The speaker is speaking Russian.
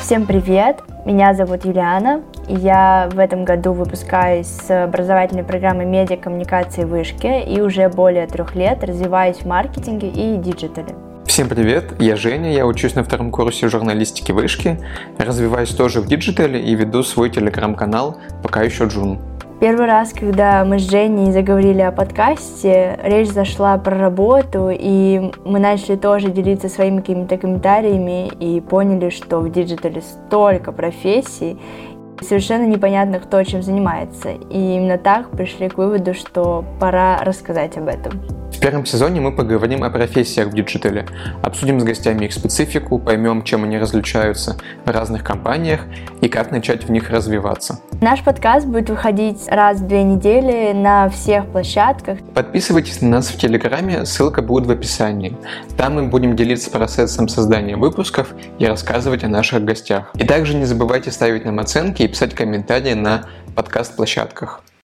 Всем привет! Меня зовут Юлиана, и я в этом году выпускаюсь с образовательной программы медиакоммуникации вышки и уже более 3 лет развиваюсь в маркетинге и диджитале. Всем привет, я Женя, я учусь на 2 курсе журналистики вышки, развиваюсь тоже в диджитале и веду свой телеграм-канал «Пока еще Джун». Первый раз, когда мы с Женей заговорили о подкасте, речь зашла про работу, и мы начали тоже делиться своими какими-то комментариями и поняли, что в диджитале столько профессий, совершенно непонятно, кто чем занимается. И именно так пришли к выводу, что пора рассказать об этом. В первом сезоне мы поговорим о профессиях в диджитале, обсудим с гостями их специфику, поймем, чем они различаются в разных компаниях и как начать в них развиваться. Наш подкаст будет выходить раз в 2 недели на всех площадках. Подписывайтесь на нас в Телеграме, ссылка будет в описании. Там мы будем делиться процессом создания выпусков и рассказывать о наших гостях. И также не забывайте ставить нам оценки и писать комментарии на подкаст-площадках.